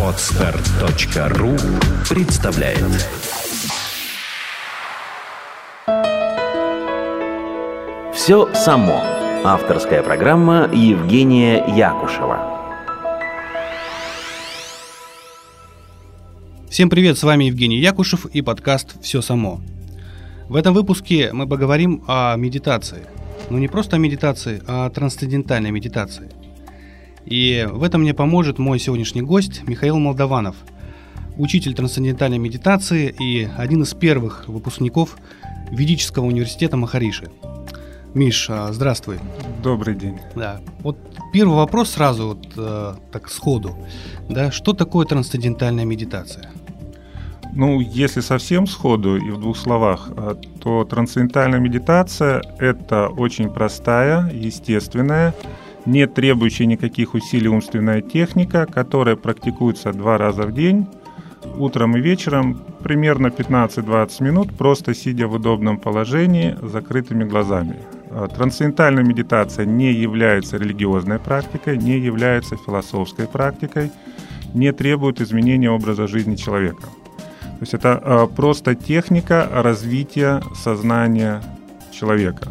Podster.ru представляет. «Все само». Авторская программа Евгения Якушева. Всем привет, с вами Евгений Якушев и подкаст «Все само». В этом выпуске мы поговорим о медитации. Но не просто о медитации, а о трансцендентальной медитации. И в этом мне поможет мой сегодняшний гость Михаил Молдованов, учитель трансцендентальной медитации и один из первых выпускников Ведического университета Махариши. Миш, здравствуй. Добрый день. Да. Вот первый вопрос сразу, так сходу. Да, что такое трансцендентальная медитация? Ну, если совсем сходу и в двух словах, то трансцендентальная медитация – это очень простая, естественная, не требующая никаких усилий умственная техника, которая практикуется 2 раза в день, утром и вечером, примерно 15-20 минут, просто сидя в удобном положении с закрытыми глазами. Трансцендентальная медитация не является религиозной практикой, не является философской практикой, не требует изменения образа жизни человека. То есть это просто техника развития сознания человека.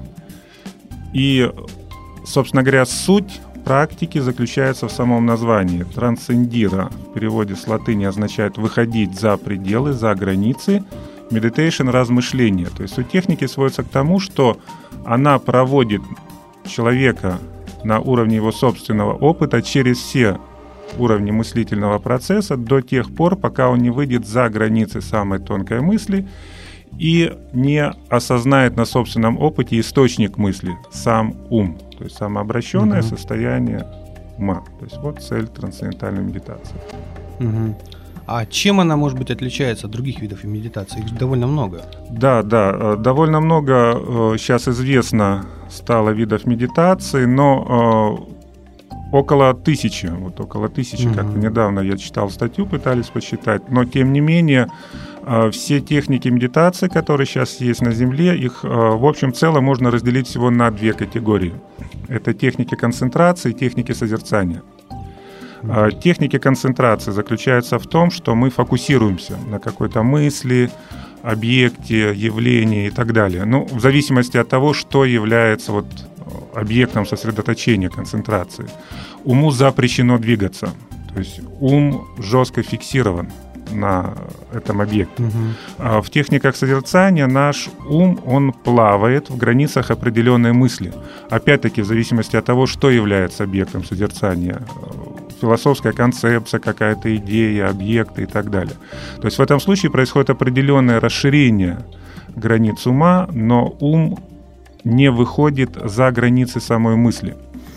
И, собственно говоря, суть практики заключается в самом названии. Трансцендира в переводе с латыни означает «выходить за пределы, за границы». Meditation – размышление. То есть суть техники сводится к тому, что она проводит человека на уровне его собственного опыта через все уровни мыслительного процесса до тех пор, пока он не выйдет за границы самой тонкой мысли и не осознает на собственном опыте источник мысли, сам ум, то есть самообращенное состояние ума. То есть вот цель трансцендентальной медитации. А чем она, может быть, отличается от других видов медитации? Их довольно много. Да, довольно много сейчас известно стало видов медитации, но около 1000, как-то недавно я читал статью, пытались посчитать, но тем не менее все техники медитации, которые сейчас есть на Земле, их в общем целом можно разделить всего на 2 категории. Это техники концентрации и техники созерцания. Техники концентрации заключаются в том, что мы фокусируемся на какой-то мысли, объекте, явлении и так далее. Ну, в зависимости от того, что является объектом сосредоточения, концентрации. Уму запрещено двигаться. То есть ум жестко фиксирован на этом объекте. В техниках созерцания наш ум, он плавает в границах определенной мысли. Опять-таки, в зависимости от того, что является объектом созерцания. Философская концепция, какая-то идея, объекты и так далее. То есть в этом случае происходит определенное расширение границ ума, но ум не выходит за границы самой мысли.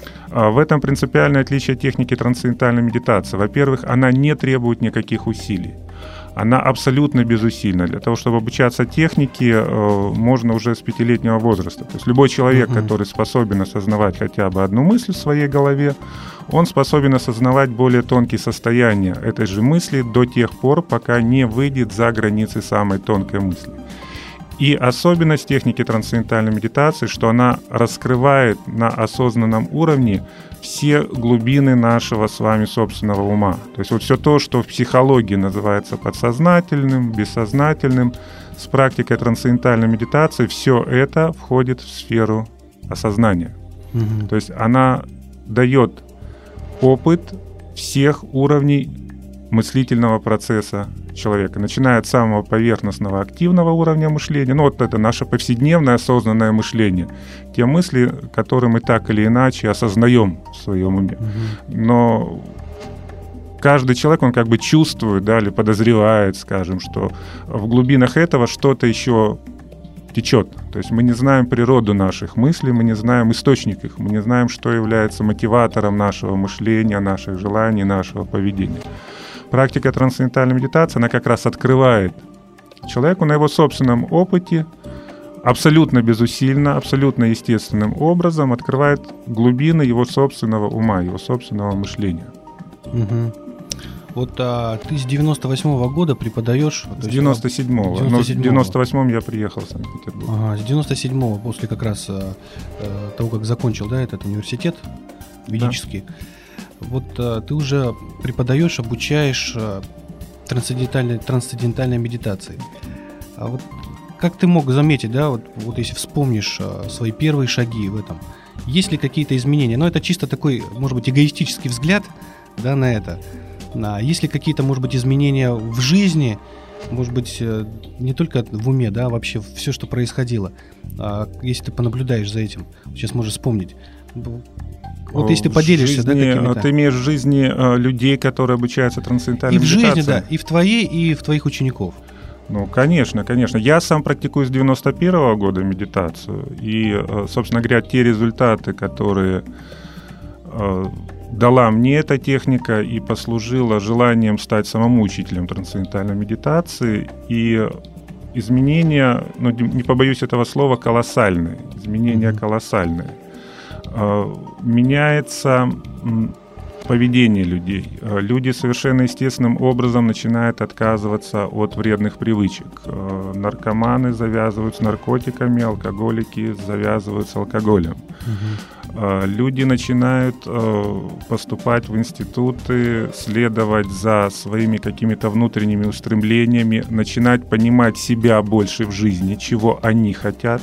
В этом принципиальное отличие техники трансцендентальной медитации. Во-первых, она не требует никаких усилий. Она абсолютно безусильна. Для того, чтобы обучаться технике, можно уже с 5-летнего возраста. То есть любой человек, который способен осознавать хотя бы одну мысль в своей голове, он способен осознавать более тонкие состояния этой же мысли до тех пор, пока не выйдет за границы самой тонкой мысли. И особенность техники трансцендентальной медитации, что она раскрывает на осознанном уровне все глубины нашего с вами собственного ума. То есть все то, что в психологии называется подсознательным, бессознательным, с практикой трансцендентальной медитации все это входит в сферу осознания. То есть она дает опыт всех уровней мыслительного процесса человека, начиная от самого поверхностного активного уровня мышления, это наше повседневное осознанное мышление, те мысли, которые мы так или иначе осознаем в своем уме. Но каждый человек, он как бы чувствует, или подозревает, скажем, что в глубинах этого что-то еще течет. То есть мы не знаем природу наших мыслей, мы не знаем источник их, мы не знаем, что является мотиватором нашего мышления, наших желаний, нашего поведения. Практика трансцендентальной медитации, она как раз открывает человеку на его собственном опыте, абсолютно безусильно, абсолютно естественным образом открывает глубины его собственного ума, его собственного мышления. Вот ты с 98-го года преподаешь? С 97-го. Но в 98-м я приехал в Санкт-Петербург. С 97-го, после как раз того, как закончил, этот университет ведический. Вот ты уже преподаешь, обучаешь трансцендентальной медитации. А вот как ты мог заметить, да, вот если вспомнишь свои первые шаги в этом, есть ли какие-то изменения? Но это чисто такой, может быть, эгоистический взгляд, да, на это. Есть ли какие-то, может быть, изменения в жизни, может быть, не только в уме, да, вообще все, что происходило. Если ты понаблюдаешь за этим, сейчас можешь вспомнить. Вот если ты поделишься, жизни, да, какими-то... Ты имеешь в жизни людей, которые обучаются трансцендентальной медитации? И в жизни, да, и в твоей, и в твоих учеников. Ну, конечно, конечно. Я сам практикую с 91-го года медитацию. И, собственно говоря, те результаты, которые дала мне эта техника и послужила желанием стать самому учителем трансцендентальной медитации. И изменения, ну, не побоюсь этого слова, колоссальные. Изменения колоссальные. Меняется поведение людей. Люди совершенно естественным образом начинают отказываться от вредных привычек. Наркоманы завязывают с наркотиками, алкоголики завязывают с алкоголем. Люди начинают поступать в институты, следовать за своими какими-то внутренними устремлениями, начинать понимать себя больше в жизни, чего они хотят,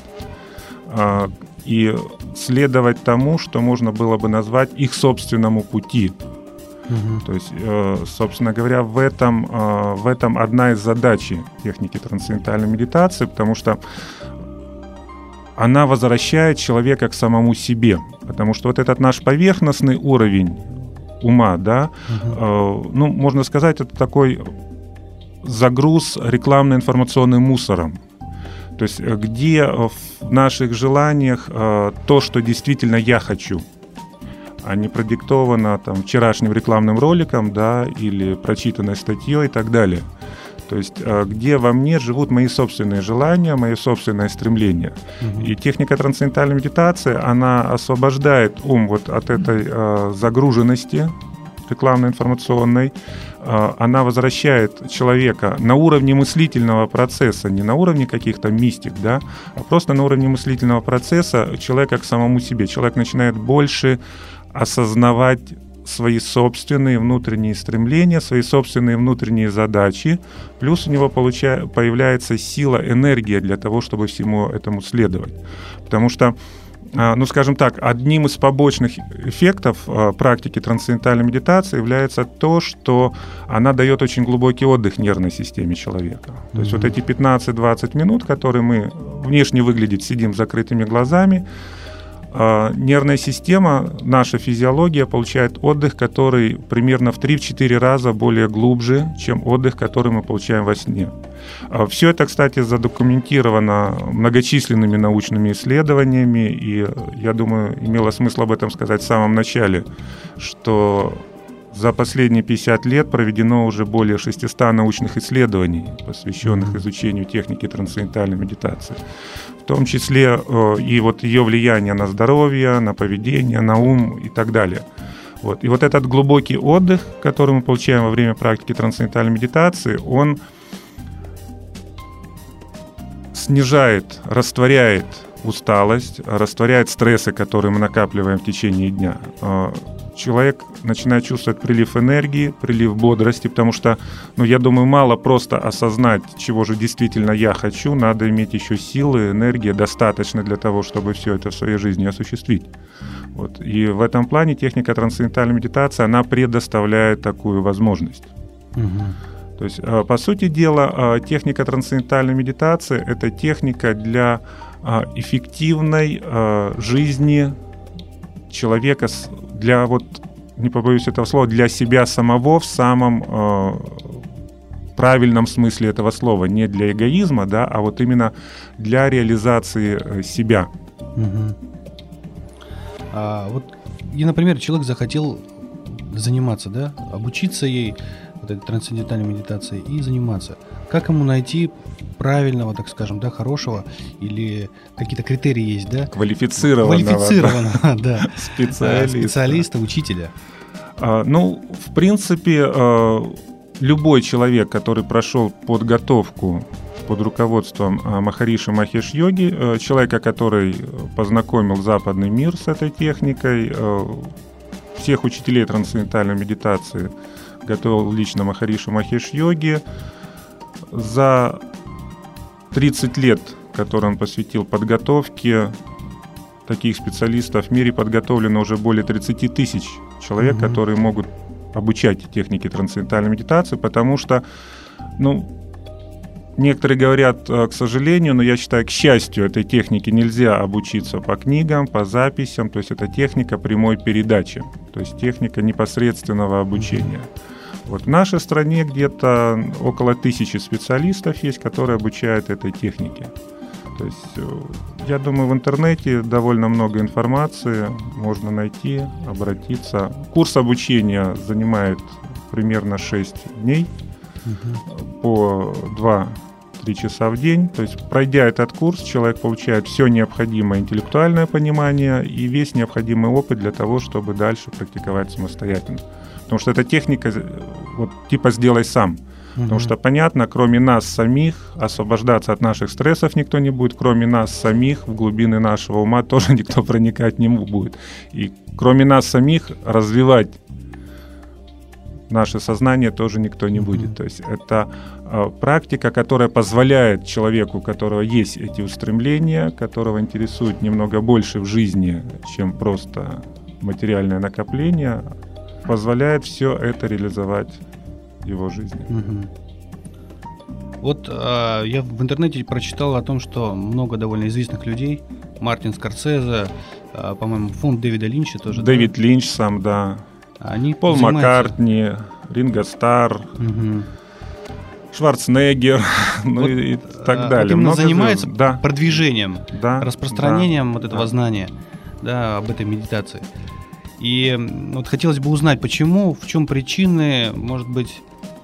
и следовать тому, что можно было бы назвать их собственному пути. То есть, собственно говоря, в этом одна из задач техники трансцендентальной медитации, потому что она возвращает человека к самому себе. Потому что вот этот наш поверхностный уровень ума, да, ну, можно сказать, это такой загруз рекламно-информационным мусором. То есть где в наших желаниях то, что действительно я хочу, а не продиктовано там вчерашним рекламным роликом, да, или прочитанной статьей и так далее. То есть где во мне живут мои собственные желания, мои собственные стремления. И техника трансцендентальной медитации, она освобождает ум вот от этой загруженности рекламно-информационной, она возвращает человека на уровне мыслительного процесса, не на уровне каких-то мистик, да, а просто на уровне мыслительного процесса человека к самому себе. Человек начинает больше осознавать свои собственные внутренние стремления, свои собственные внутренние задачи, плюс у него появляется сила, энергия для того, чтобы всему этому следовать. Потому что, ну, скажем так, одним из побочных эффектов практики трансцендентальной медитации является то, что она дает очень глубокий отдых нервной системе человека. То есть вот эти 15-20 минут, которые мы внешне выглядит, сидим с закрытыми глазами, нервная система, наша физиология получает отдых, который примерно в 3-4 раза более глубже, чем отдых, который мы получаем во сне. Все это, кстати, задокументировано многочисленными научными исследованиями, и, я думаю, имело смысл об этом сказать в самом начале, что за последние 50 лет проведено уже более 600 научных исследований, посвященных изучению техники трансцендентальной медитации. В том числе и вот ее влияние на здоровье, на поведение, на ум и так далее. Вот. И вот этот глубокий отдых, который мы получаем во время практики трансцендентальной медитации, он снижает, растворяет усталость, растворяет стрессы, которые мы накапливаем в течение дня. Человек начинает чувствовать прилив энергии, прилив бодрости, потому что, ну, я думаю, мало просто осознать, чего же действительно я хочу, надо иметь еще силы, энергии достаточно для того, чтобы все это в своей жизни осуществить. Вот. И в этом плане техника трансцендентальной медитации, она предоставляет такую возможность. То есть, по сути дела, техника трансцендентальной медитации – это техника для эффективной жизни человека, для, вот, не побоюсь этого слова, для себя самого в самом правильном смысле этого слова. Не для эгоизма, да, а вот именно для реализации себя. Вот, и, например, человек захотел заниматься, да, обучиться ей, вот этой трансцендентальной медитации, и заниматься. Как ему найти правильного, так скажем, да, хорошего, или какие-то критерии есть, да? Квалифицированного, да. Специалиста, учителя. Ну, в принципе, любой человек, который прошел подготовку под руководством Махариши Махеш-йоги, человека, который познакомил западный мир с этой техникой, всех учителей трансцендентальной медитации готовил лично Махариши Махеш Йоги. За 30 лет, которые он посвятил подготовке таких специалистов, в мире подготовлено уже более 30 тысяч человек, которые могут обучать технике трансцендентальной медитации, потому что, некоторые говорят, к сожалению, но я считаю, к счастью, этой технике нельзя обучиться по книгам, по записям, то есть это техника прямой передачи, то есть техника непосредственного обучения. Вот в нашей стране где-то около 1000 специалистов есть, которые обучают этой технике. То есть, я думаю, в интернете довольно много информации можно найти, обратиться. Курс обучения занимает примерно 6 дней, по 2-3 часа в день. То есть, пройдя этот курс, человек получает все необходимое интеллектуальное понимание и весь необходимый опыт для того, чтобы дальше практиковать самостоятельно. Потому что эта техника, типа «сделай сам». Потому что, понятно, кроме нас самих освобождаться от наших стрессов никто не будет, кроме нас самих в глубины нашего ума тоже никто проникать не будет. И кроме нас самих развивать наше сознание тоже никто не будет. То есть это практика, которая позволяет человеку, у которого есть эти устремления, которого интересует немного больше в жизни, чем просто материальное накопление, позволяет все это реализовать в его жизни. Вот я в интернете прочитал о том, что много довольно известных людей, Мартин Скорсезе, по-моему, фонд Дэвида Линча тоже. Дэвид Линч сам, да. Они Пол Маккартни, Ринго Старр, Шварценеггер, и так далее. Вот именно занимается продвижением, распространением этого знания, об этой медитации. И вот хотелось бы узнать, почему, в чем причины, может быть,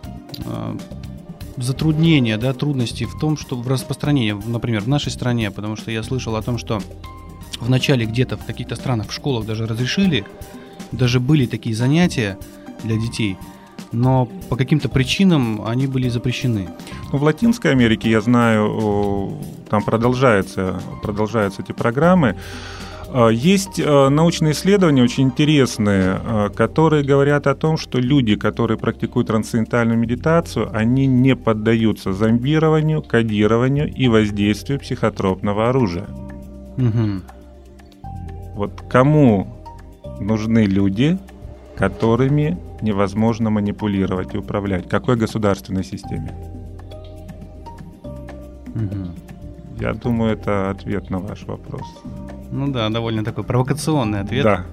затруднения, трудности в том, что в распространении, например, в нашей стране, потому что я слышал о том, что вначале где-то в каких-то странах в школах даже разрешили, даже были такие занятия для детей, но по каким-то причинам они были запрещены. В Латинской Америке, я знаю, там продолжаются эти программы. Есть научные исследования очень интересные, которые говорят о том, что люди, которые практикуют трансцендентальную медитацию, они не поддаются зомбированию, кодированию и воздействию психотропного оружия. Вот кому нужны люди, которыми невозможно манипулировать и управлять? Какой государственной системе? Я думаю, это ответ на ваш вопрос. Довольно такой провокационный ответ. Да.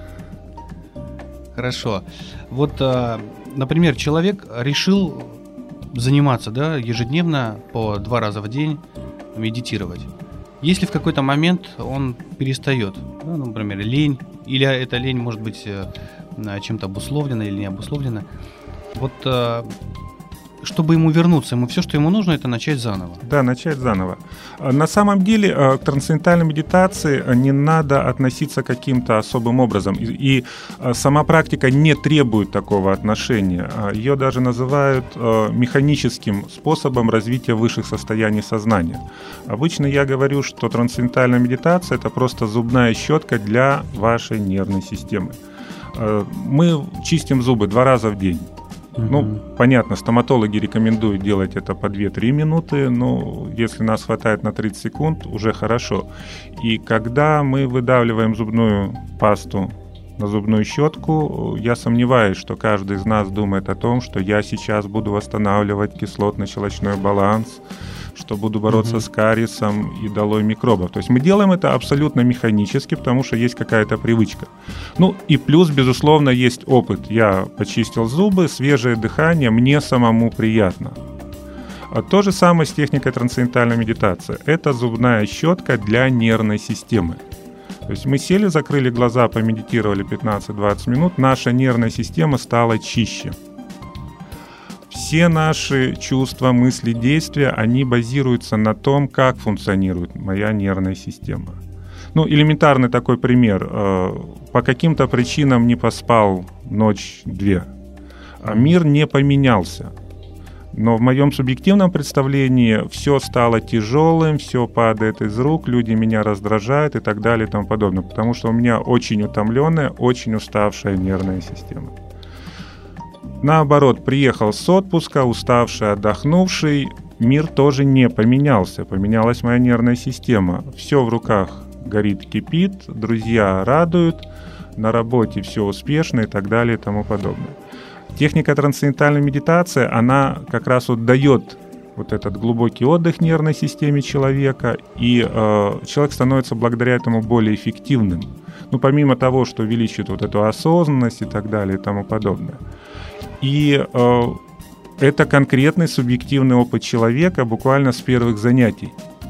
Хорошо. Вот, например, человек решил заниматься, ежедневно по 2 раза в день медитировать. Если в какой-то момент он перестает, например, лень, или эта лень может быть чем-то обусловлена или не обусловлена, вот чтобы ему вернуться, все, что ему нужно, это начать заново. Да, начать заново. На самом деле к трансцендентальной медитации не надо относиться каким-то особым образом. И сама практика не требует такого отношения. Ее даже называют механическим способом развития высших состояний сознания. Обычно я говорю, что трансцендентальная медитация – это просто зубная щетка для вашей нервной системы. Мы чистим зубы 2 раза в день. Понятно, стоматологи рекомендуют делать это по 2-3 минуты, но если нас хватает на 30 секунд, уже хорошо. И когда мы выдавливаем зубную пасту на зубную щетку, я сомневаюсь, что каждый из нас думает о том, что я сейчас буду восстанавливать кислотно-щелочной баланс, что буду бороться с кариесом и долой микробов. То есть мы делаем это абсолютно механически, потому что есть какая-то привычка. И плюс, безусловно, есть опыт. Я почистил зубы, свежее дыхание, мне самому приятно. То же самое с техникой трансцендентальной медитации. Это зубная щетка для нервной системы. То есть мы сели, закрыли глаза, помедитировали 15-20 минут, наша нервная система стала чище. Все наши чувства, мысли, действия, они базируются на том, как функционирует моя нервная система. Элементарный такой пример. По каким-то причинам не поспал ночь-две. Мир не поменялся. Но в моем субъективном представлении все стало тяжелым, все падает из рук, люди меня раздражают и так далее и тому подобное, потому что у меня очень утомленная, очень уставшая нервная система. Наоборот, приехал с отпуска, уставший, отдохнувший, мир тоже не поменялся, поменялась моя нервная система. Все в руках горит, кипит, друзья радуют, на работе все успешно и так далее и тому подобное. Техника трансцендентальной медитации, она как раз вот дает вот этот глубокий отдых нервной системе человека, и человек становится благодаря этому более эффективным. Ну, помимо того, что увеличивает вот эту осознанность и так далее и тому подобное. И это конкретный субъективный опыт человека буквально с первых занятий.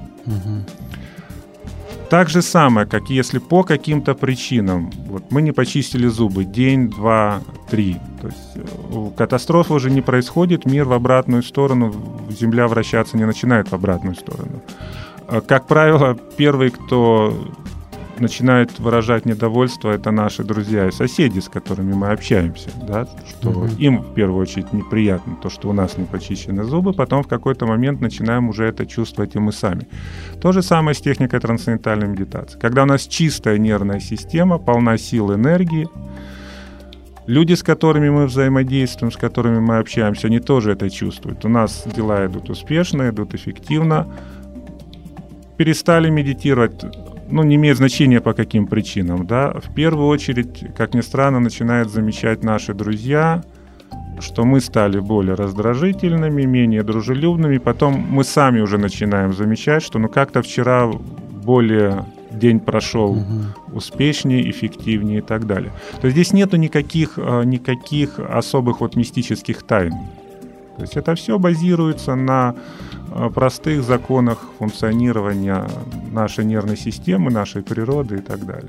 Так же самое, как если по каким-то причинам вот, мы не почистили зубы день, два, три. То есть катастрофа уже не происходит, мир в обратную сторону, Земля вращаться не начинает в обратную сторону. Как правило, первый, кто начинает выражать недовольство, это наши друзья и соседи, с которыми мы общаемся, да, что им в первую очередь неприятно то, что у нас не почищены зубы, потом в какой-то момент начинаем уже это чувствовать и мы сами. То же самое с техникой трансцендентальной медитации. Когда у нас чистая нервная система, полна сил, энергии, люди, с которыми мы взаимодействуем, с которыми мы общаемся, они тоже это чувствуют. У нас дела идут успешно, идут эффективно. Перестали медитировать, не имеет значения по каким причинам, да, в первую очередь, как ни странно, начинают замечать наши друзья, что мы стали более раздражительными, менее дружелюбными, потом мы сами уже начинаем замечать, что как-то вчера более день прошел успешнее, эффективнее и так далее. То есть здесь нету никаких особых вот мистических тайн. То есть это все базируется на простых законах функционирования нашей нервной системы, нашей природы и так далее.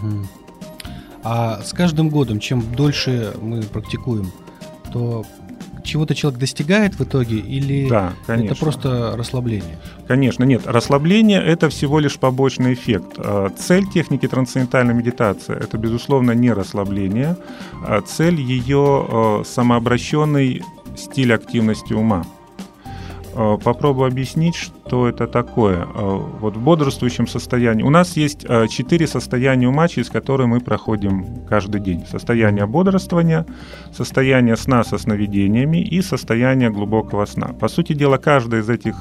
А с каждым годом, чем дольше мы практикуем, то чего-то человек достигает в итоге или это просто расслабление? Конечно, нет. Расслабление – это всего лишь побочный эффект. Цель техники трансцендентальной медитации – это, безусловно, не расслабление. Цель ее – самообращенный стиль активности ума. Попробую объяснить, что это такое. Вот в бодрствующем состоянии у нас есть 4 состояния ума, через которые мы проходим каждый день. Состояние бодрствования, состояние сна со сновидениями и состояние глубокого сна. По сути дела, каждый из этих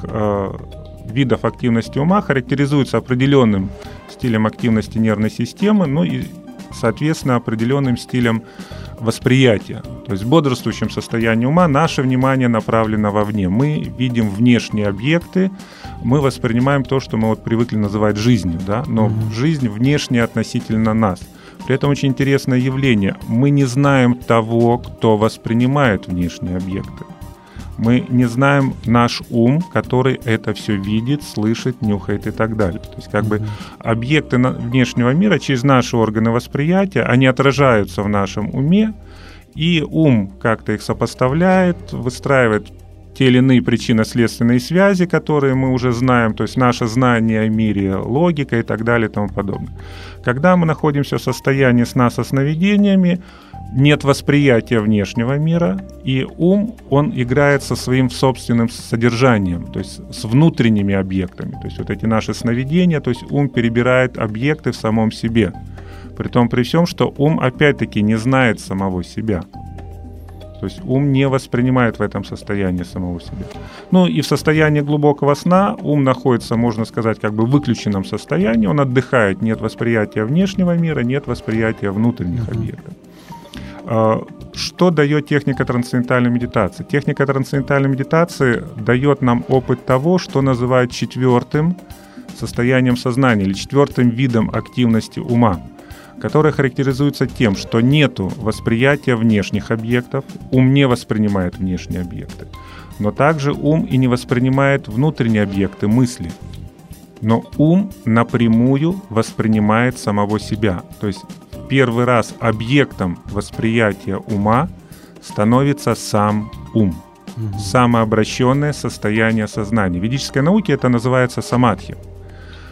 видов активности ума характеризуется определенным стилем активности нервной системы, и, соответственно, определенным стилем восприятия. То есть в бодрствующем состоянии ума наше внимание направлено вовне. Мы видим внешние объекты, мы воспринимаем то, что мы привыкли называть жизнью, да? Но жизнь внешняя относительно нас. При этом очень интересное явление. Мы не знаем того, кто воспринимает внешние объекты. Мы не знаем наш ум, который это все видит, слышит, нюхает и так далее. То есть объекты внешнего мира через наши органы восприятия, они отражаются в нашем уме, и ум как-то их сопоставляет, выстраивает те или иные причинно-следственные связи, которые мы уже знаем, то есть наше знание о мире, логика и так далее и тому подобное. Когда мы находимся в состоянии сна со сновидениями, нет восприятия внешнего мира, и ум, он играет со своим собственным содержанием, то есть с внутренними объектами. То есть вот эти наши сновидения, то есть ум перебирает объекты в самом себе. Притом при всем, что ум опять-таки не знает самого себя. То есть ум не воспринимает в этом состоянии самого себя. И в состоянии глубокого сна ум находится, можно сказать, в выключенном состоянии, он отдыхает, нет восприятия внешнего мира, нет восприятия внутренних объектов. Что дает техника трансцендентальной медитации? Техника трансцендентальной медитации дает нам опыт того, что называют 4-м состоянием сознания или 4-м видом активности ума, которое характеризуется тем, что нету восприятия внешних объектов, ум не воспринимает внешние объекты, но также ум и не воспринимает внутренние объекты мысли. Но ум напрямую воспринимает самого себя. То есть первый раз объектом восприятия ума становится сам ум. Самообращенное состояние сознания. В ведической науке это называется самадхи.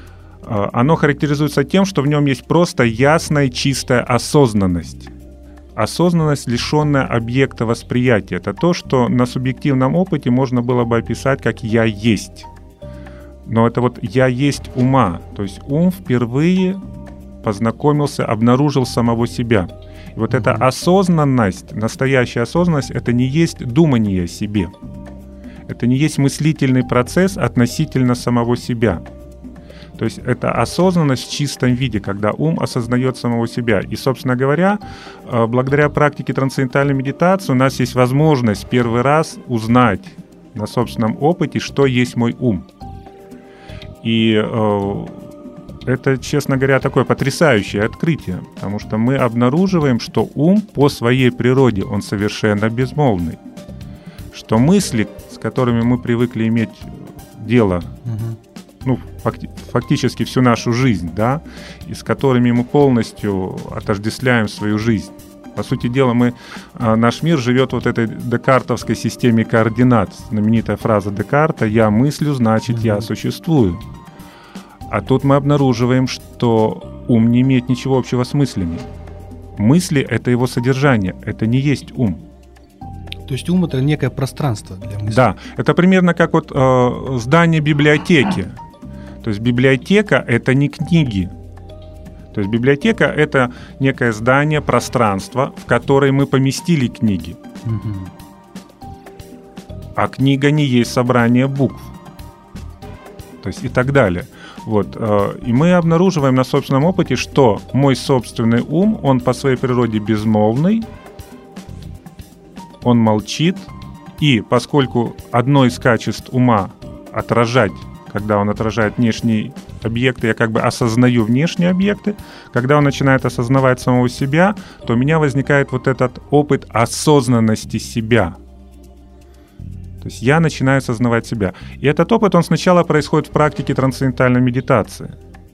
Оно характеризуется тем, что в нем есть просто ясная, чистая осознанность. осознанность, лишенная объекта восприятия. Это то, что на субъективном опыте можно было бы описать как «я есть». Но это вот «я есть ума». То есть ум впервые познакомился, обнаружил самого себя. И вот эта осознанность, настоящая осознанность, это не есть думание о себе. Это не есть мыслительный процесс относительно самого себя. То есть это осознанность в чистом виде, когда ум осознает самого себя. И, собственно говоря, благодаря практике трансцендентальной медитации у нас есть возможность первый раз узнать на собственном опыте, что есть мой ум. И это, честно говоря, такое потрясающее открытие, потому что мы обнаруживаем, что ум по своей природе, он совершенно безмолвный. Что мысли, с которыми мы привыкли иметь дело, фактически всю нашу жизнь, да, и с которыми мы полностью отождествляем свою жизнь. По сути дела, наш мир живет вот этой декартовской системе координат. Знаменитая фраза Декарта «я мыслю, значит, я существую». А тут мы обнаруживаем, что ум не имеет ничего общего с мыслями. Мысли — это его содержание, это не есть ум. То есть ум — это некое пространство для мысли. Да, это примерно как вот здание библиотеки. То есть библиотека — это не книги. То есть библиотека — это некое здание, пространство, в которое мы поместили книги. А книга не есть собрание букв. То есть и так далее. Вот. И мы обнаруживаем на собственном опыте, что мой собственный ум, он по своей природе безмолвный, он молчит, и поскольку одно из качеств ума — отражать, когда он отражает внешние объекты, я как бы осознаю внешние объекты, когда он начинает осознавать самого себя, то у меня возникает вот этот опыт осознанности себя. То есть я начинаю осознавать себя. И этот опыт, он сначала происходит в практике трансцендентальной медитации.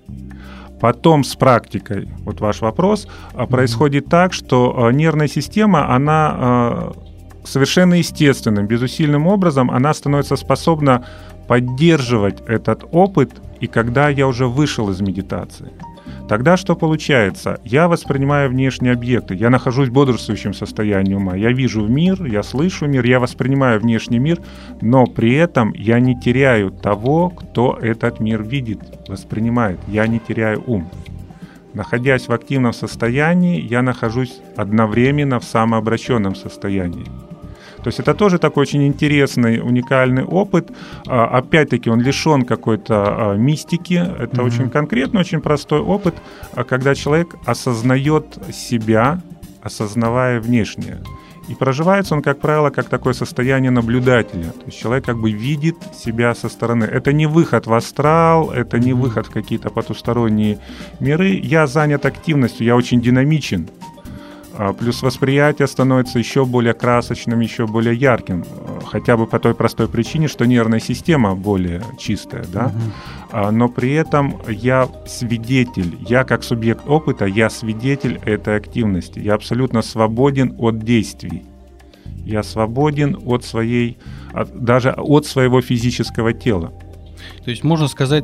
Потом с практикой, вот ваш вопрос, происходит так, что нервная система, она совершенно естественным, безусильным образом, она становится способна поддерживать этот опыт, и когда я уже вышел из медитации. Тогда что получается? Я воспринимаю внешние объекты, я нахожусь в бодрствующем состоянии ума, я вижу мир, я слышу мир, я воспринимаю внешний мир, но при этом я не теряю того, кто этот мир видит, воспринимает, я не теряю ум. Находясь в активном состоянии, я нахожусь одновременно в самообращенном состоянии. То есть это тоже такой очень интересный, уникальный опыт. Опять-таки он лишен какой-то мистики. Это очень конкретный, очень простой опыт, когда человек осознает себя, осознавая внешнее. И проживается он, как правило, как такое состояние наблюдателя. То есть человек как бы видит себя со стороны. Это не выход в астрал, это не выход в какие-то потусторонние миры. Я занят активностью, я очень динамичен. Плюс восприятие становится еще более красочным, еще более ярким. Хотя бы по той простой причине, что нервная система более чистая, да? Но при этом я свидетель, я как субъект опыта, я свидетель этой активности. Я абсолютно свободен от действий. Я свободен от даже от своего физического тела. То есть можно сказать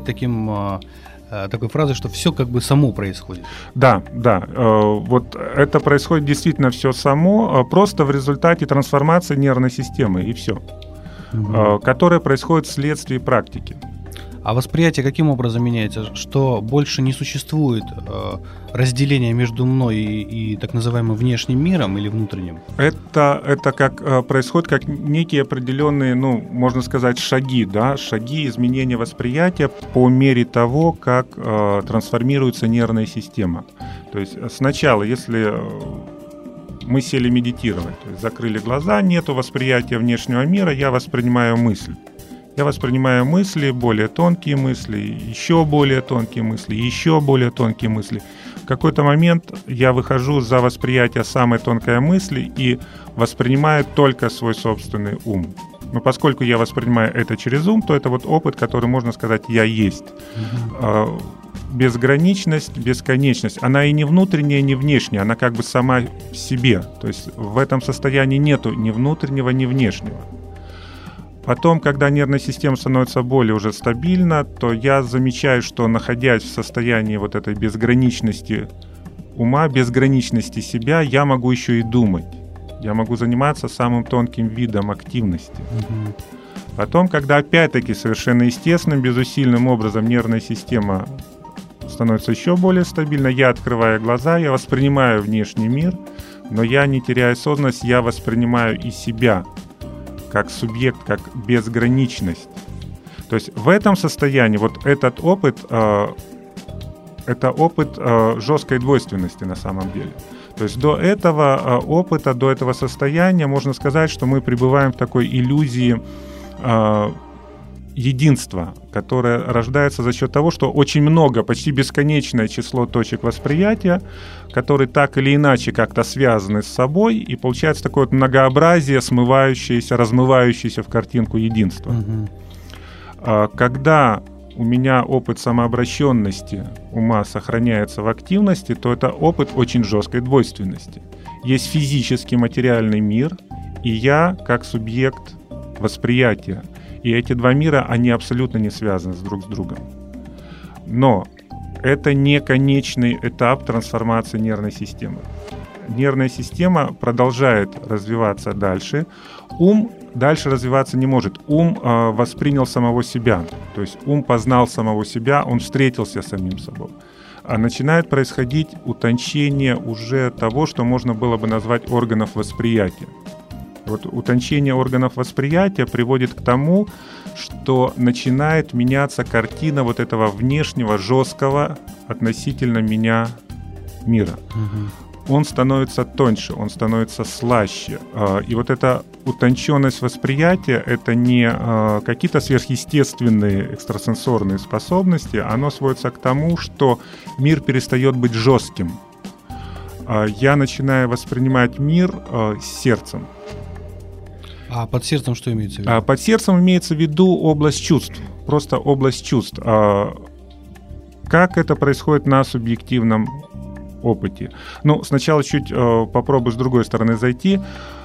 такой фразой, что все как бы само происходит. Да. Вот это происходит действительно все само, просто в результате трансформации нервной системы, и все. Которая происходит вследствие практики. А восприятие каким образом меняется? Что больше не существует разделения между мной и так называемым внешним миром или внутренним? Это как происходит как некие определенные, можно сказать, шаги, да, шаги изменения восприятия по мере того, как трансформируется нервная система. То есть сначала, если мы сели медитировать, то есть закрыли глаза, нету восприятия внешнего мира, я воспринимаю мысль. Я воспринимаю мысли, более тонкие мысли, еще более тонкие мысли, еще более тонкие мысли. В какой-то момент я выхожу за восприятие самой тонкой мысли и воспринимаю только свой собственный ум. Но поскольку я воспринимаю это через ум, то это вот опыт, который, можно сказать, я есть. Безграничность, бесконечность, она и не внутренняя, ни внешняя, она как бы сама в себе. То есть в этом состоянии нету ни внутреннего, ни внешнего. Потом, когда нервная система становится более уже стабильна, то я замечаю, что, находясь в состоянии вот этой безграничности ума, безграничности себя, я могу еще и думать. Я могу заниматься самым тонким видом активности. Потом, когда опять-таки совершенно естественным, безусильным образом нервная система становится еще более стабильной, я открываю глаза, я воспринимаю внешний мир, но я не теряю осознанность, я воспринимаю и себя как субъект, как безграничность. То есть в этом состоянии вот этот опыт, это опыт жесткой двойственности на самом деле. То есть до этого опыта, до этого состояния можно сказать, что мы пребываем в такой иллюзии единства, которое рождается за счет того, что очень много, почти бесконечное число точек восприятия, которые так или иначе как-то связаны с собой, и получается такое вот многообразие, смывающееся, размывающееся в картинку единства. Когда у меня опыт самообращенности ума сохраняется в активности, то это опыт очень жесткой двойственности. Есть физический материальный мир, и я как субъект восприятия. И эти два мира, они абсолютно не связаны друг с другом. Но это не конечный этап трансформации нервной системы. Нервная система продолжает развиваться дальше. Ум дальше развиваться не может. Ум воспринял самого себя. То есть ум познал самого себя, он встретился с самим собой. А начинает происходить утончение уже того, что можно было бы назвать органов восприятия. Вот утончение органов восприятия приводит к тому, что начинает меняться картина вот этого внешнего, жесткого относительно меня мира. Он становится тоньше, он становится слаще. И вот эта утонченность восприятия — это не какие-то сверхъестественные экстрасенсорные способности, оно сводится к тому, что мир перестает быть жестким. Я начинаю воспринимать мир сердцем. А под сердцем что имеется в виду? Под сердцем имеется в виду область чувств, просто область чувств. Как это происходит на субъективном опыте? Ну, сначала чуть попробую с другой стороны зайти.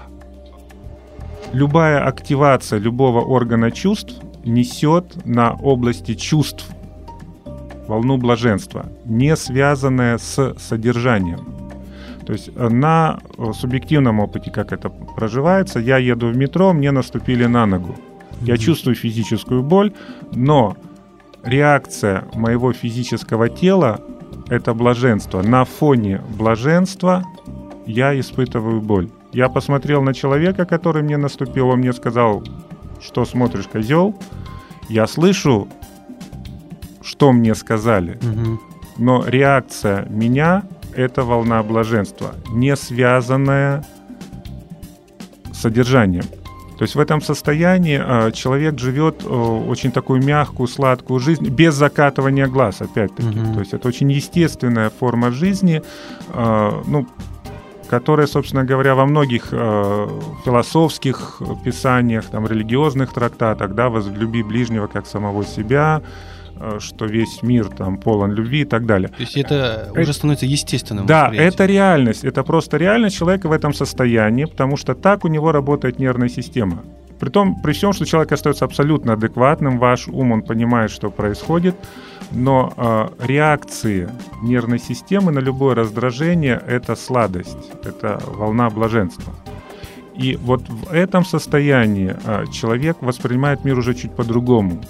Любая активация любого органа чувств несет на области чувств волну блаженства, не связанная с содержанием. То есть на субъективном опыте, как это проживается, я еду в метро, мне наступили на ногу. Я чувствую физическую боль, но реакция моего физического тела — это блаженство. На фоне блаженства я испытываю боль. Я посмотрел на человека, который мне наступил, он мне сказал: что смотришь, козел? Я слышу, что мне сказали, но реакция меня — это волна блаженства, не связанная с содержанием. То есть в этом состоянии человек живет очень такую мягкую, сладкую жизнь, без закатывания глаз, опять-таки. То есть это очень естественная форма жизни, которая, собственно говоря, во многих философских писаниях, там, религиозных трактатах, да, «Возлюби ближнего как самого себя», что весь мир там полон любви и так далее. То есть это уже становится естественным. Да, это реальность. Это просто реальность человека в этом состоянии, потому что так у него работает нервная система. При всем, что человек остается абсолютно адекватным, ваш ум, он понимает, что происходит, но реакции нервной системы на любое раздражение — это сладость, это волна блаженства. И вот в этом состоянии человек воспринимает мир уже чуть по-другому.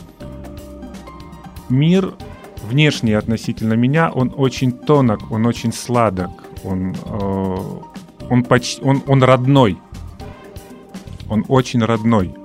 Мир внешний относительно меня, он очень тонок, он очень сладок, он родной, он очень родной.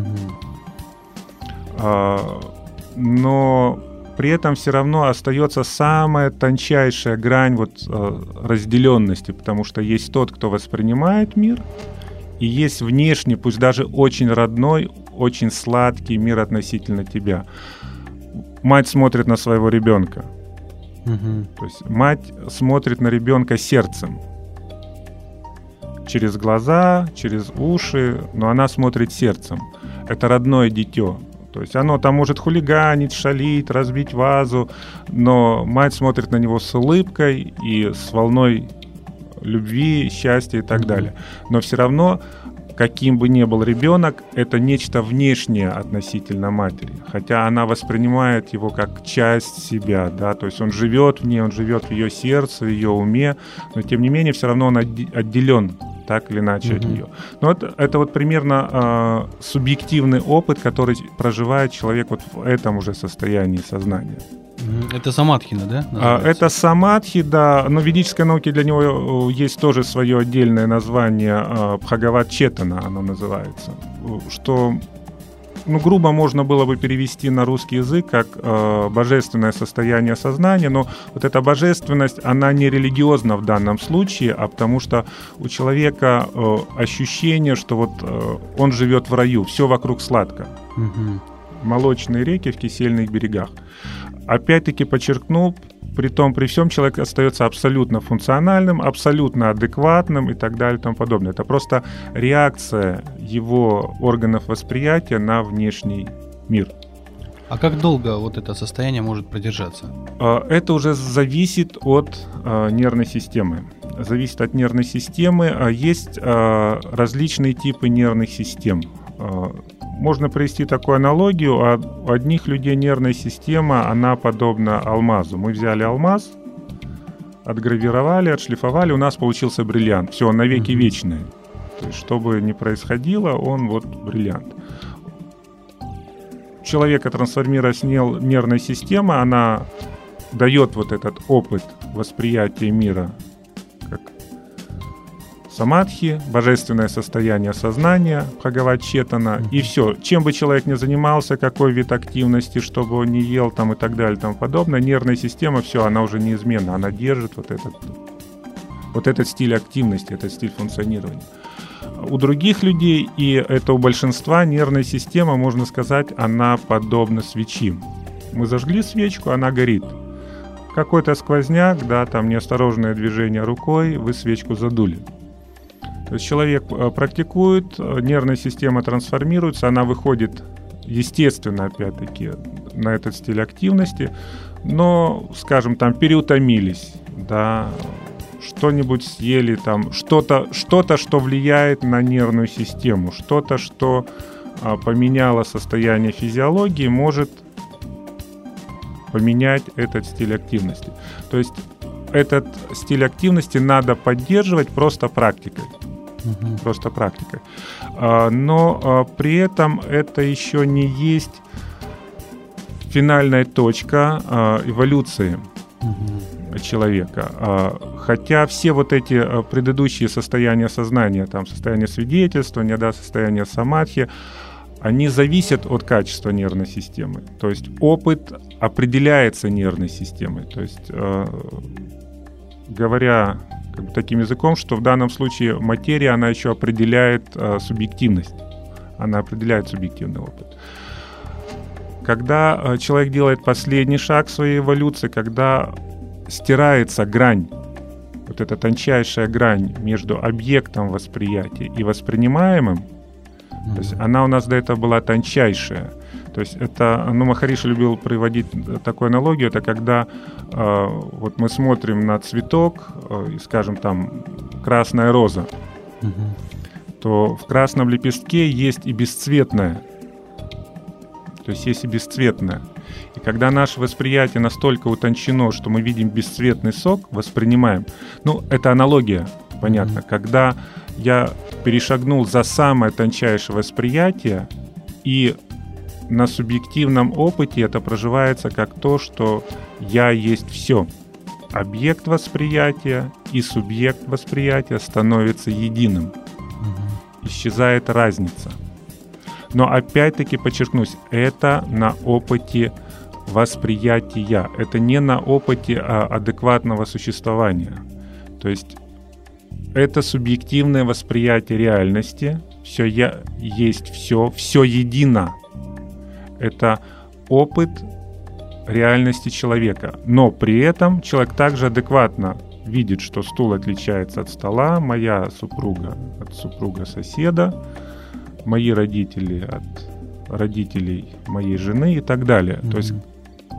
Но при этом все равно остается самая тончайшая грань разделенности, потому что есть тот, кто воспринимает мир, и есть внешний, пусть даже очень родной, очень сладкий мир относительно тебя. Мать смотрит на своего ребенка. То есть мать смотрит на ребенка сердцем. Через глаза, через уши, но она смотрит сердцем. Это родное дитё. То есть оно там может хулиганить, шалить, разбить вазу, но мать смотрит на него с улыбкой и с волной любви, счастья и так далее. Но все равно каким бы ни был ребенок, это нечто внешнее относительно матери, хотя она воспринимает его как часть себя, да, то есть он живет в ней, он живет в ее сердце, в ее уме, но тем не менее все равно он отделен так или иначе от нее. Но это вот примерно субъективный опыт, который проживает человек вот в этом уже состоянии сознания. Это самадхина, да? Называется? Это самадхи, да, но в ведической науке для него есть тоже свое отдельное название, Бхагават-четана оно называется, что, грубо можно было бы перевести на русский язык как божественное состояние сознания, но вот эта божественность, она не религиозна в данном случае, а потому что у человека ощущение, что вот он живет в раю, все вокруг сладко. Молочные реки в кисельных берегах. Опять-таки подчеркну, при всем человек остается абсолютно функциональным, абсолютно адекватным и так далее и тому подобное. Это просто реакция его органов восприятия на внешний мир. А как долго вот это состояние может продержаться? Это уже зависит от нервной системы. Зависит от нервной системы. Есть различные типы нервных систем. Можно привести такую аналогию. У одних людей нервная система, она подобна алмазу. Мы взяли алмаз, отгравировали, отшлифовали, у нас получился бриллиант. Все, он навеки вечный. То есть, что бы ни происходило, он вот бриллиант. Человека трансформирует нервная система, она дает вот этот опыт восприятия мира как самадхи, божественное состояние сознания, Бхагават-четана, и все. Чем бы человек ни занимался, какой вид активности, что бы он ни ел там, и так далее и тому подобное, нервная система, все, она уже неизменна, она держит вот этот стиль активности, этот стиль функционирования. У других людей, и это у большинства, нервная система, можно сказать, она подобна свечи. Мы зажгли свечку, она горит. Какой-то сквозняк, да, там неосторожное движение рукой, вы свечку задули. То есть человек практикует, нервная система трансформируется, она выходит, естественно, опять-таки, на этот стиль активности, но, скажем, там переутомились, да, что-нибудь съели, там, что-то, что влияет на нервную систему, что-то, что поменяло состояние физиологии, может поменять этот стиль активности. То есть этот стиль активности надо поддерживать просто практикой. Просто практикой. Но при этом это еще не есть финальная точка эволюции человека. Хотя все вот эти предыдущие состояния сознания, там состояние свидетельствования, да, состояние самадхи, они зависят от качества нервной системы. То есть опыт определяется нервной системой. То есть, говоря таким языком, что в данном случае материя, она еще определяет субъективность. Она определяет субъективный опыт. Когда человек делает последний шаг в своей эволюции, когда стирается грань, вот эта тончайшая грань между объектом восприятия и воспринимаемым, то есть она у нас до этого была тончайшая. То есть это, Махариши любил приводить такую аналогию, это когда вот мы смотрим на цветок, и, скажем, там красная роза, то в красном лепестке есть и бесцветное. То есть есть и бесцветное. И когда наше восприятие настолько утончено, что мы видим бесцветный сок, воспринимаем. Это аналогия, понятно. Когда я перешагнул за самое тончайшее восприятие, и на субъективном опыте это проживается как то, что я есть все. Объект восприятия и субъект восприятия становятся единым. Исчезает разница. Но опять-таки подчеркнусь, это на опыте восприятия. Это не на опыте адекватного существования. То есть это субъективное восприятие реальности. Все есть все едино. Это опыт реальности человека. Но при этом человек также адекватно видит, что стул отличается от стола, моя супруга от супруга соседа, мои родители от родителей моей жены и так далее. То есть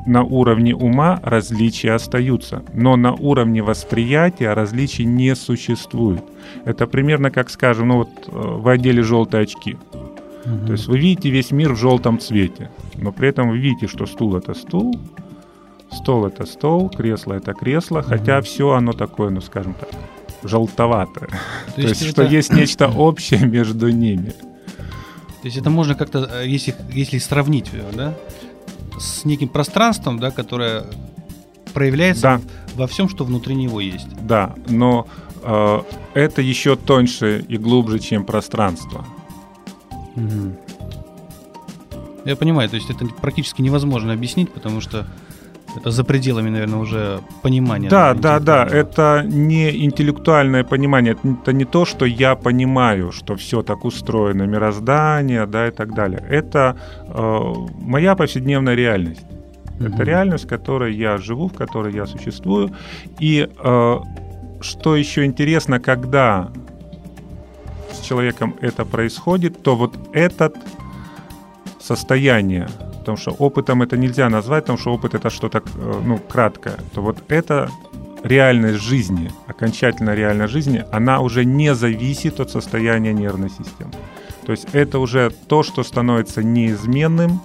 на уровне ума различия остаются, но на уровне восприятия различий не существует. Это примерно как, скажем, вы одели желтые очки. То есть вы видите весь мир в желтом цвете, но при этом вы видите, что стул — это стул, стол — это стол, кресло — это кресло, хотя все оно такое, скажем так, желтоватое. То есть что есть нечто общее между ними. То есть это можно как-то, если сравнить, да, с неким пространством, да, которое проявляется во всем, что внутри него есть. Да, но это еще тоньше и глубже, чем пространство. Я понимаю, то есть это практически невозможно объяснить, потому что это за пределами, наверное, уже понимания. Да. Это не интеллектуальное понимание, это не то, что я понимаю, что все так устроено, мироздание, да, и так далее. Это моя повседневная реальность. Это реальность, в которой я живу, в которой я существую. И что еще интересно, когда с человеком это происходит, то вот это состояние, потому что опытом это нельзя назвать, потому что опыт — это что-то, краткое, то вот эта реальность жизни, окончательная реальность жизни, она уже не зависит от состояния нервной системы. То есть это уже то, что становится неизменным,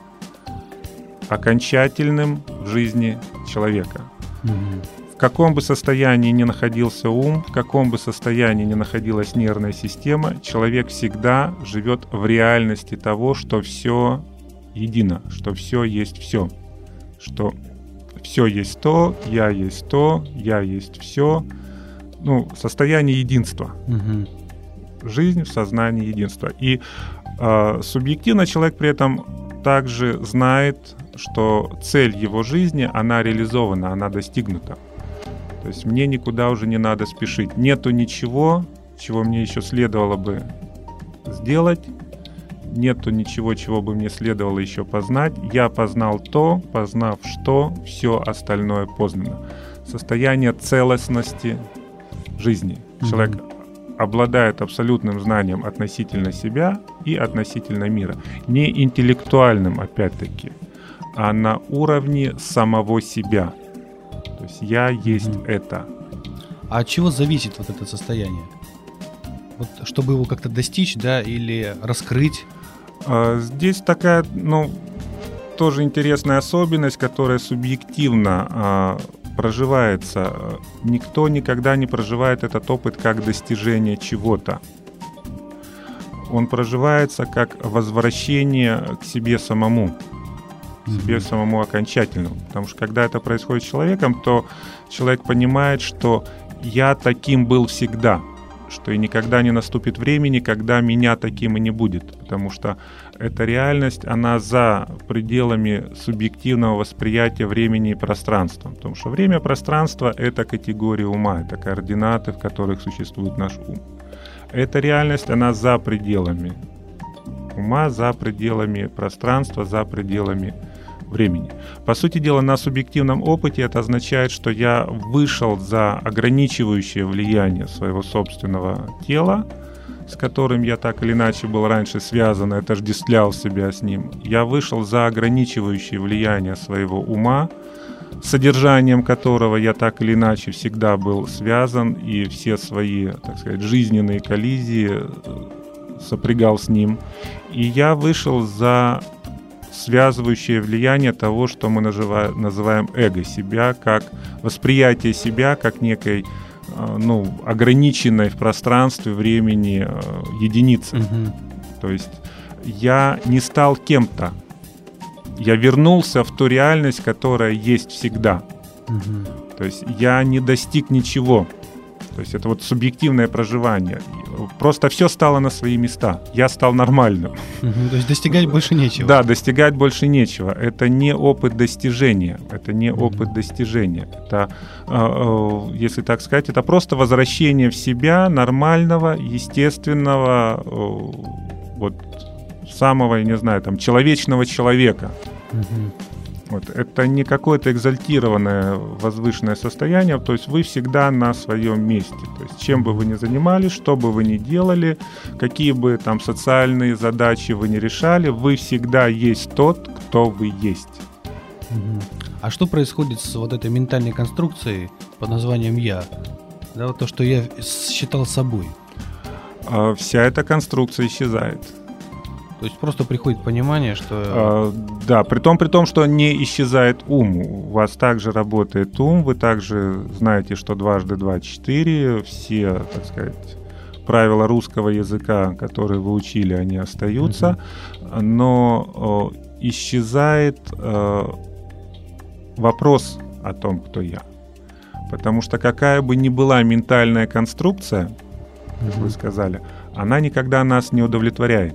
окончательным в жизни человека. В каком бы состоянии ни находился ум, в каком бы состоянии ни находилась нервная система, человек всегда живет в реальности того, что все едино, что все есть все, что все есть то, я есть все. Состояние единства. Жизнь в сознании единства. И субъективно человек при этом также знает, что цель его жизни, она реализована, она достигнута. То есть мне никуда уже не надо спешить. Нету ничего, чего мне еще следовало бы сделать. Нету ничего, чего бы мне следовало еще познать. Я познал то, познав что, все остальное познано. Состояние целостности жизни. Человек обладает абсолютным знанием относительно себя и относительно мира. Не интеллектуальным, опять-таки, а на уровне самого себя. То есть я есть это. А от чего зависит вот это состояние? Вот, чтобы его как-то достичь, да, или раскрыть? Здесь такая, тоже интересная особенность, которая субъективно проживается. Никто никогда не проживает этот опыт как достижение чего-то. Он проживается как возвращение к себе самому. Себе самому окончательно. Потому что когда это происходит с человеком, то человек понимает, что я таким был всегда, что и никогда не наступит времени, когда меня таким и не будет. Потому что эта реальность, она за пределами субъективного восприятия времени и пространства. Потому что время и пространство — это категория ума, это координаты, в которых существует наш ум. Эта реальность, она за пределами ума, за пределами пространства, за пределами времени. По сути дела, на субъективном опыте это означает, что я вышел за ограничивающее влияние своего собственного тела, с которым я так или иначе был раньше связан, отождествлял себя с ним. Я вышел за ограничивающее влияние своего ума, с содержанием которого я так или иначе всегда был связан, и все свои, так сказать, жизненные коллизии сопрягал с ним. И я вышел за связывающее влияние того, что мы называем эго, себя, как восприятие себя, как некой ограниченной в пространстве, времени единицы. То есть я не стал кем-то, я вернулся в ту реальность, которая есть всегда. То есть я не достиг ничего. То есть это вот субъективное проживание. Просто все стало на свои места. Я стал нормальным. То есть достигать больше нечего. Да, достигать больше нечего. Это не опыт достижения. Это не опыт достижения. Это, если так сказать, это просто возвращение в себя нормального, естественного, вот самого, я не знаю, там, человечного человека. Вот. Это не какое-то экзальтированное, возвышенное состояние, то есть вы всегда на своем месте. То есть чем бы вы ни занимались, что бы вы ни делали, какие бы там социальные задачи вы ни решали, вы всегда есть тот, кто вы есть. А что происходит с вот этой ментальной конструкцией под названием «я»? Да, вот то, что я считал собой. Вся эта конструкция исчезает. То есть просто приходит понимание, что... Да, при том, что не исчезает ум. У вас также работает ум, вы также знаете, что 2 × 2 = 4. Все, так сказать, правила русского языка, которые вы учили, они остаются. Но исчезает вопрос о том, кто я. Потому что какая бы ни была ментальная конструкция, как вы сказали, она никогда нас не удовлетворяет.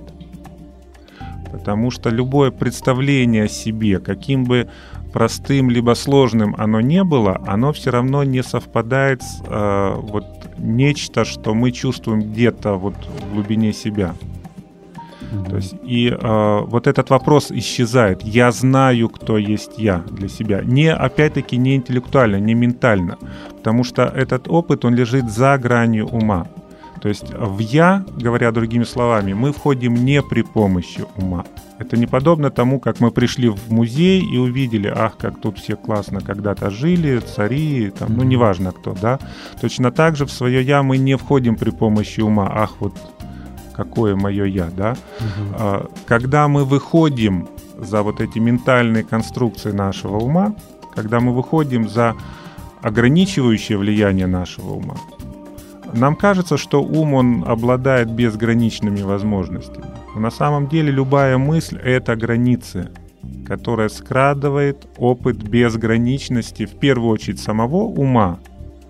Потому что любое представление о себе, каким бы простым либо сложным оно не было, оно все равно не совпадает с вот нечто, что мы чувствуем где-то вот в глубине себя. То есть, и вот этот вопрос исчезает. Я знаю, кто есть я для себя. Опять-таки, не интеллектуально, не ментально. Потому что этот опыт, он лежит за гранью ума. То есть в «я», говоря другими словами, мы входим не при помощи ума. Это не подобно тому, как мы пришли в музей и увидели, ах, как тут все классно когда-то жили, цари, там, ну, неважно кто, да. Точно так же в свое «я» мы не входим при помощи ума, ах, вот какое мое «я», да. Когда мы выходим за вот эти ментальные конструкции нашего ума, когда мы выходим за ограничивающее влияние нашего ума, нам кажется, что ум, он обладает безграничными возможностями. Но на самом деле любая мысль — это границы, которая скрадывает опыт безграничности, в первую очередь, самого ума,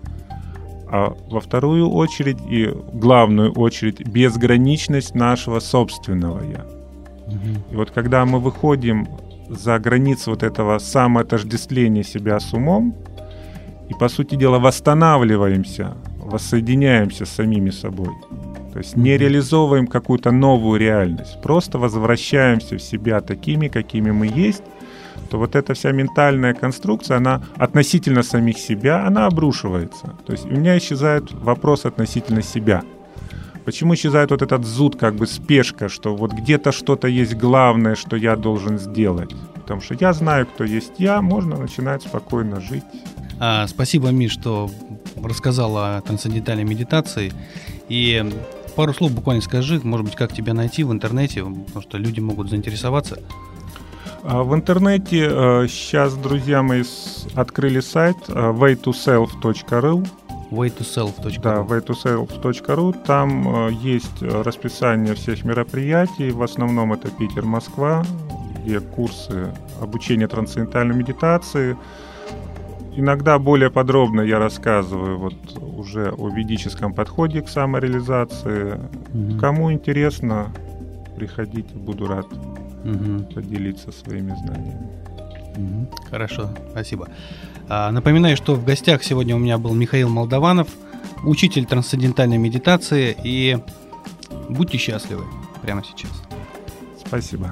а во вторую очередь и главную очередь безграничность нашего собственного «я». И вот когда мы выходим за границы вот этого самоотождествления себя с умом и, по сути дела, восстанавливаемся, воссоединяемся с самими собой, то есть не реализовываем какую-то новую реальность, просто возвращаемся в себя такими, какими мы есть, то вот эта вся ментальная конструкция, она относительно самих себя, она обрушивается. То есть у меня исчезает вопрос относительно себя. Почему исчезает вот этот зуд, как бы спешка, что вот где-то что-то есть главное, что я должен сделать? Потому что я знаю, кто есть я, можно начинать спокойно жить. Спасибо, Миш, что рассказал о трансцендентальной медитации. И пару слов буквально скажи, может быть, как тебя найти в интернете, потому что люди могут заинтересоваться. В интернете сейчас, друзья мои, открыли сайт waytoself.ru. Waytoself.ru. Да, waytoself.ru. Там есть расписание всех мероприятий. В основном это Питер, Москва, где курсы обучения трансцендентальной медитации. Иногда более подробно я рассказываю вот уже о ведическом подходе к самореализации. Кому интересно, приходите, буду рад поделиться своими знаниями. Хорошо, спасибо. Напоминаю, что в гостях сегодня у меня был Михаил Молдованов, учитель трансцендентальной медитации, и будьте счастливы прямо сейчас. Спасибо.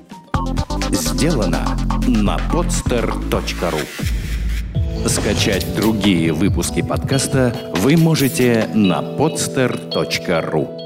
Сделано на podster.ru. Скачать другие выпуски подкаста вы можете на podster.ru.